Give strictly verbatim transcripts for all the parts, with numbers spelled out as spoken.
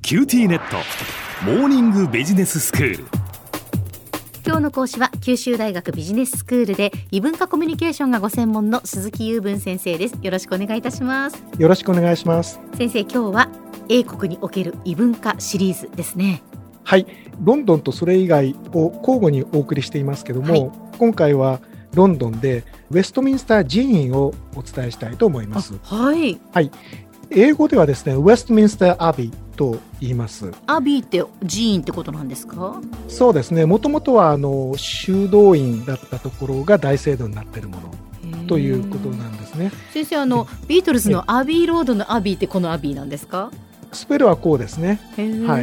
キューティーネットモーニングビジネススクール。 今日の講師は九州大学ビジネススクールで異文化コミュニケーションがご専門の鈴木雄文先生です。よろしくお願いいたします。 よろしくお願いします。 先生、今日は英国における異文化シリーズですね。 はい、ロンドンとそれ以外を交互にお送りしていますけども、はい、今回はロンドンでウェストミンスター寺院をお伝えしたいと思います。 はい、はい、 英語ではですね、ウェストミンスターアビーと言います。 アビーって寺院ってことなんですか？ そうですね、もともとはあの修道院だったところが大聖堂になっているものということなんですね。 先生、あのビートルズのアビーロードのアビーってこのアビーなんですか？ スペルはこうですね。はい、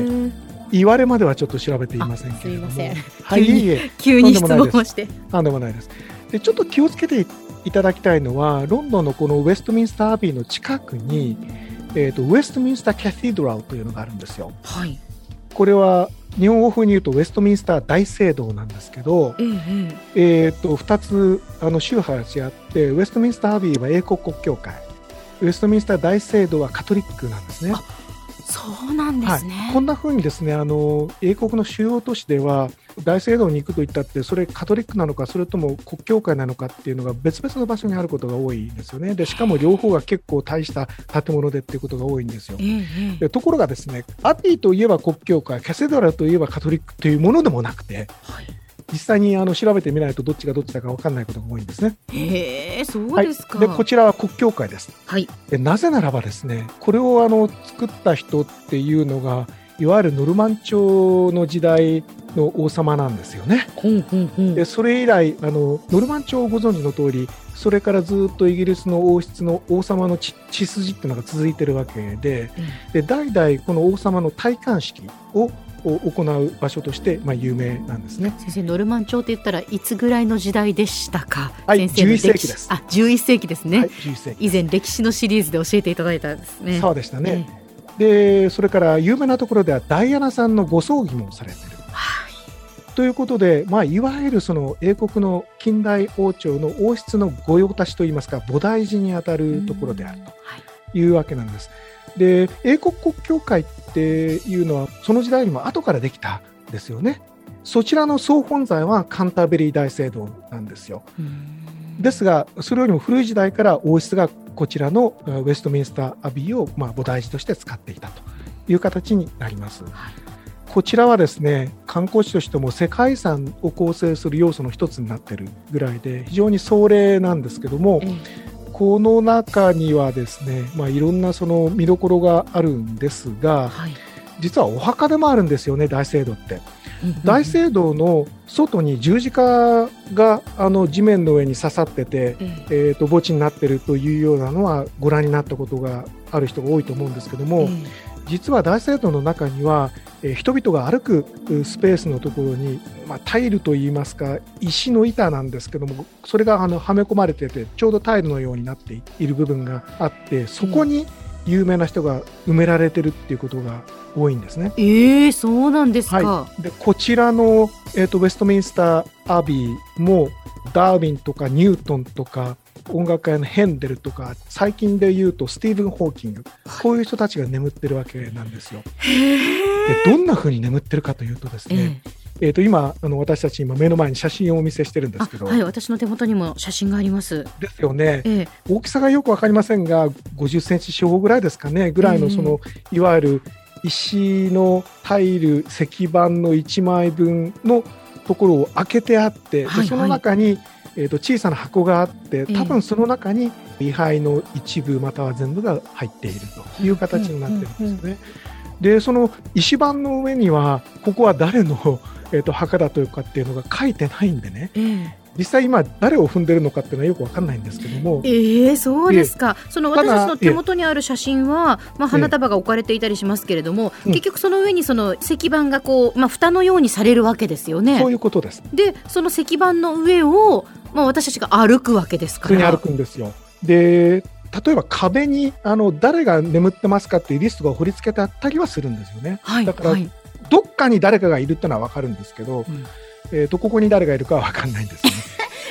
言われまではちょっと調べていませんけれども、 すいません、 はい、 急に、いえいえ急に質問をして。 なんでもないです。で、ちょっと気をつけていただきたいのは、ロンドンのこのウェストミンスターアビーの近くに、えーと、ウェストミンスターキャティドラルというのがあるんですよ。 はい、 これは日本語風に言うとウェストミンスター大聖堂なんですけど、えーえーとふたつあの宗派が違って、ウェストミンスターアビーは英国国教会、ウェストミンスター大聖堂はカトリックなんですね。 あ、そうなんですね。 はい、こんな風にですね、あの英国の主要都市では大聖堂に行くといったって、それカトリックなのかそれとも国教会なのかっていうのが別々の場所にあることが多いんですよね。でしかも両方が結構大した建物でっていうことが多いんですよ。でところがですね、アビーといえば国教会、キャセドラルといえばカトリックというものでもなくて、はい、実際にあの調べてみないとどっちがどっちだか分からないことが多いんですね。 へー、そうですか。 はい、でこちらは国教会です。 はい、 でなぜならばですね、これをあの作った人っていうのがいわゆるノルマン朝の時代の王様なんですよね。 ほんほんほん。 でそれ以来あのノルマン朝をご存知の通り、それからずっとイギリスの王室の王様の 血, 血筋っていうのが続いているわけで、うん、で代々この王様の戴冠式を行う場所として、まあ、有名なんですね。 先生、ノルマン朝って言ったらいつぐらいの時代でしたか？ はい、 先生の歴史。 じゅういっ世紀です。 あ、じゅういっ世紀ですね。はい、 じゅういっ世紀。 以前歴史のシリーズで教えていただいたんですね。 そうでしたね。えー、でそれから有名なところではダイアナさんのご葬儀もされている。はい、ということで、まあ、いわゆるその英国の近代王朝の王室の御用達といいますか、菩提寺にあたるところであるというわけなんです。で英国国教会っていうのはその時代にも後からできたんですよね。そちらの総本山はカンターベリー大聖堂なんですよ。ですがそれよりも古い時代から王室がこちらのウェストミンスターアビーをまあ菩提寺として使っていたという形になります。はい、こちらはですね、観光地としても世界遺産を構成する要素の一つになっているぐらいで非常に壮麗なんですけども、うん、この中にはですね、まあ、いろんなその見どころがあるんですが、はい、実はお墓でもあるんですよね、大聖堂って。大聖堂の外に十字架があの地面の上に刺さってて、えーと墓地になっているというようなのはご覧になったことがある人が多いと思うんですけども、実は大聖堂の中には、えー、人々が歩くスペースのところに、まあ、タイルといいますか石の板なんですけども、それがあのはめ込まれててちょうどタイルのようになっている部分があって、そこに有名な人が埋められてるっていうことが多いんですね。 えー、そうなんですか。 はい、でこちらの、えーと、ウェストミンスターアビーもダーウィンとかニュートンとか音楽家のヘンデルとか、最近で言うとスティーブン・ホーキング、こういう人たちが眠ってるわけなんですよ。でどんな風に眠ってるかというとですね、えー、えーと今あの私たち今目の前に写真をお見せしてるんですけど、 はい、私の手元にも写真があります。 ですよね。 えー、 大きさがよく分かりませんがごじゅっセンチ四方ぐらいですかね、ぐらいのその、いわゆる石のタイル石板のいちまいぶんのところを開けてあって、はいはい、でその中にえー、と小さな箱があって、多分その中に位牌の一部または全部が入っているという形になっているんですね。うんうんうん、でその石板の上にはここは誰の、えー、と墓だというかっていうのが書いてないんでね、えー、実際今誰を踏んでるのかっていうのはよく分かんないんですけども、 えー、そうですか。その私たちの手元にある写真は、まあ、花束が置かれていたりしますけれども、えー、結局その上にその石板がこう、まあ、蓋のようにされるわけですよね。 そういうことです。 でその石板の上をまあ、私たちが歩くわけですから。 普通に歩くんですよ。で例えば壁にあの誰が眠ってますかっていうリストが掘り付けてあったりはするんですよね。はい、だから、はい、どっかに誰かがいるってのは分かるんですけど、うん、えー、とここに誰がいるかは分かんないんですよね。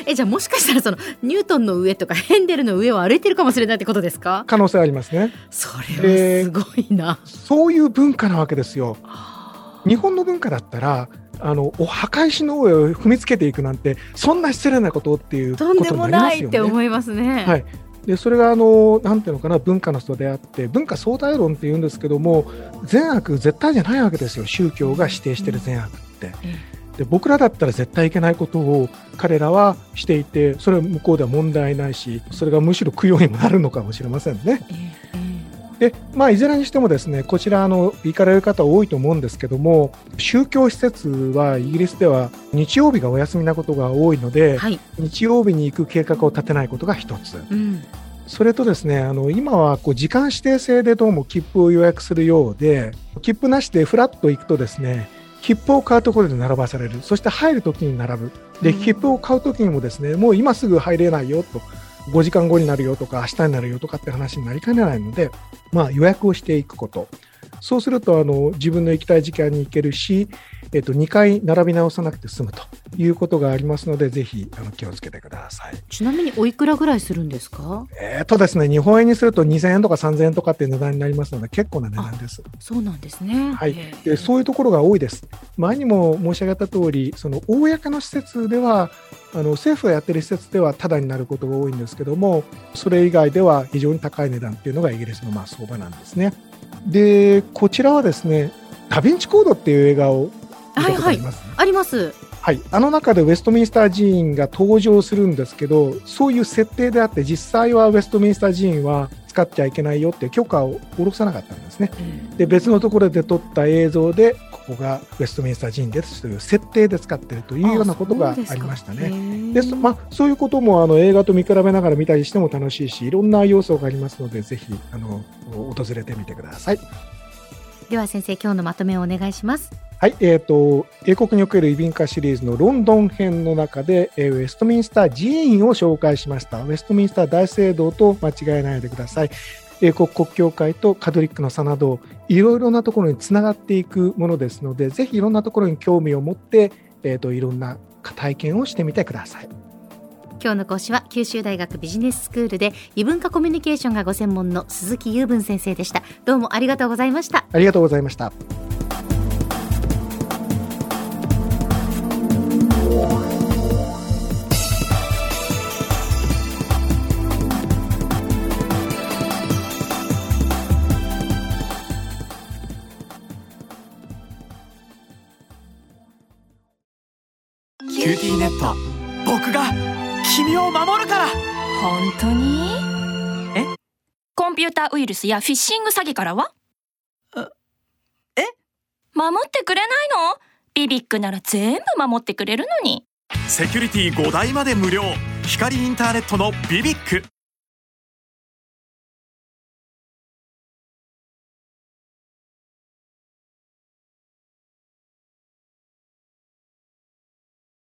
えじゃあもしかしたらそのニュートンの上とかヘンデルの上を歩いてるかもしれないってことですか？ 可能性ありますね。 それはすごいな。 そういう文化なわけですよ。日本の文化だったらあのお墓石の上を踏みつけていくなんてそんな失礼なことっていうことになりますよね。 とんでもないって思いますね。 はい、でそれがあのなんていうのかな、文化の人であって文化相対論っていうんですけども、善悪絶対じゃないわけですよ、宗教が指定している善悪って、うん、で僕らだったら絶対いけないことを彼らはしていて、それは向こうでは問題ないし、それがむしろ供養にもなるのかもしれませんね。でまあ、いずれにしてもですね、こちらあの行かれる方多いと思うんですけども、宗教施設はイギリスでは日曜日がお休みなことが多いので、はい、日曜日に行く計画を立てないことが一つ、うん、それとですね、あの今はこう時間指定制でどうも切符を予約するようで、切符なしでフラッと行くとですね、切符を買うところで並ばされる、そして入るときに並ぶ、で切符を買うときにもですね、もう今すぐ入れないよと、ごじかんごになるよとか明日になるよとかって話になりかねないので、まあ、予約をしていくこと、そうするとあの自分の行きたい時間に行けるし、えっと、にかい並び直さなくて済むということがありますので、ぜひあの気をつけてください。 ちなみにおいくらぐらいするんですか？ えーとですね、日本円にするとにせんえんとかさんぜんえんとかっていう値段になりますので、結構な値段です。 そうなんですね。 はい、でそういうところが多いです。前にも申し上げた通り、その公の施設ではあの政府がやっている施設ではタダになることが多いんですけども、それ以外では非常に高い値段っていうのがイギリスのまあ相場なんですね。でこちらはですね、ダヴィンチコードっていう映画を見たことあります、ね？ はいはい、あります。 はい、あの中でウェストミンスター寺院が登場するんですけど、そういう設定であって、実際はウェストミンスター寺院は使っちゃいけないよって許可を下ろさなかったんですね。で別のところで撮った映像で、ここがウェストミンスター寺院ですという設定で使っているというようなことがありましたね。でそ、まあ、そういうこともあの映画と見比べながら見たりしても楽しいし、いろんな要素がありますので、ぜひあの訪れてみてください。 では先生、今日のまとめをお願いします。 はい、えーと、英国における異文化シリーズのロンドン編の中で、えー、ウェストミンスター寺院を紹介しました。ウェストミンスター大聖堂と間違えないでください。英国国教会とカトリックのサナ堂、いろいろなところにつながっていくものですので、ぜひいろんなところに興味を持って、えーと、いろんな体験をしてみてください。 今日の講師は九州大学ビジネススクールで異文化コミュニケーションがご専門の鈴木雄文先生でした。どうもありがとうございました。 ありがとうございました。 キューティーネット、僕が君を守るから。 本当に？え？コンピューターウイルスやフィッシング詐欺からは？ え？ 守ってくれないの？ビビックなら全部守ってくれるのに。 セキュリティごだいまで無料。光インターネットのビビック。